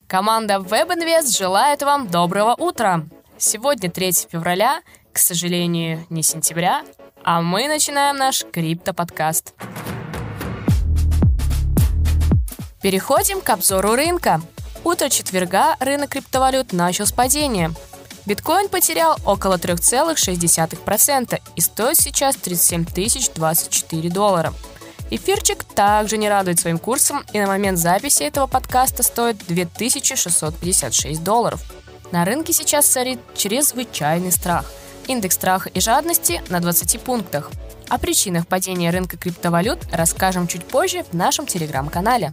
Команда WebInvest желает вам доброго утра. Сегодня 3 февраля, к сожалению, не сентября, а мы начинаем наш крипто-подкаст. Переходим к обзору рынка. Утро четверга рынок криптовалют начал с падения. Биткоин потерял около 3,6% и стоит сейчас 37 024 доллара. Эфирчик также не радует своим курсом и на момент записи этого подкаста стоит 2656 долларов. На рынке сейчас царит чрезвычайный страх. Индекс страха и жадности на 20 пунктах. О причинах падения рынка криптовалют расскажем чуть позже в нашем телеграм-канале.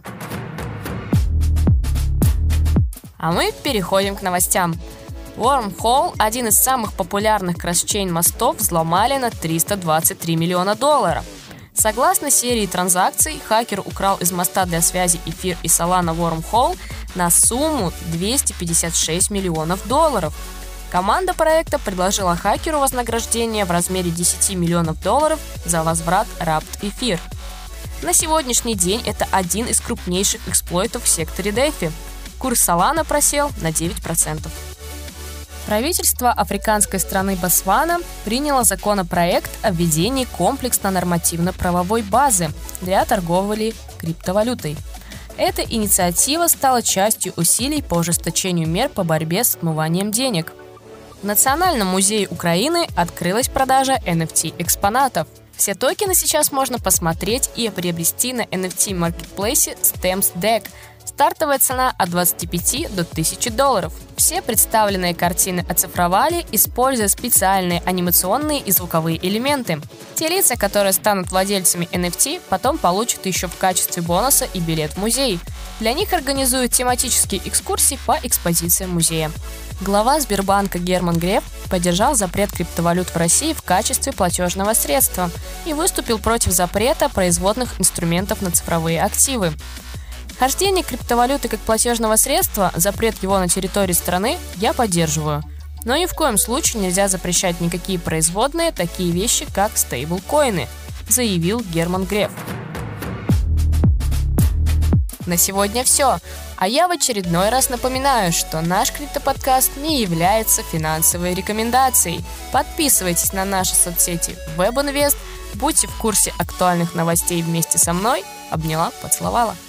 А мы переходим к новостям. Wormhole, один из самых популярных кросс-чейн мостов, взломали на 323 миллиона долларов. Согласно серии транзакций, хакер украл из моста для связи эфир и Solana Wormhole на сумму 256 миллионов долларов. Команда проекта предложила хакеру вознаграждение в размере 10 миллионов долларов за возврат Wrapped эфир. На сегодняшний день это один из крупнейших эксплойтов в секторе DeFi. Курс Solana просел на 9%. Правительство африканской страны Ботсвана приняло законопроект о введении комплексно-нормативно-правовой базы для торговли криптовалютой. Эта инициатива стала частью усилий по ужесточению мер по борьбе с отмыванием денег. В Национальном музее Украины открылась продажа NFT-экспонатов. Все токены сейчас можно посмотреть и приобрести на NFT-маркетплейсе StamsDeck. Стартовая цена от 25 до 1000 долларов. Все представленные картины оцифровали, используя специальные анимационные и звуковые элементы. Те лица, которые станут владельцами NFT, потом получат еще в качестве бонуса и билет в музей. Для них организуют тематические экскурсии по экспозициям музея. Глава Сбербанка Герман Греф поддержал запрет криптовалют в России в качестве платежного средства и выступил против запрета производных инструментов на цифровые активы. Хождение криптовалюты как платежного средства, запрет его на территории страны я поддерживаю. Но ни в коем случае нельзя запрещать никакие производные, такие вещи, как стейблкоины, заявил Герман Греф. На сегодня все. А я в очередной раз напоминаю, что наш криптоподкаст не является финансовой рекомендацией. Подписывайтесь на наши соцсети WebInvest, будьте в курсе актуальных новостей вместе со мной. Обняла, поцеловала.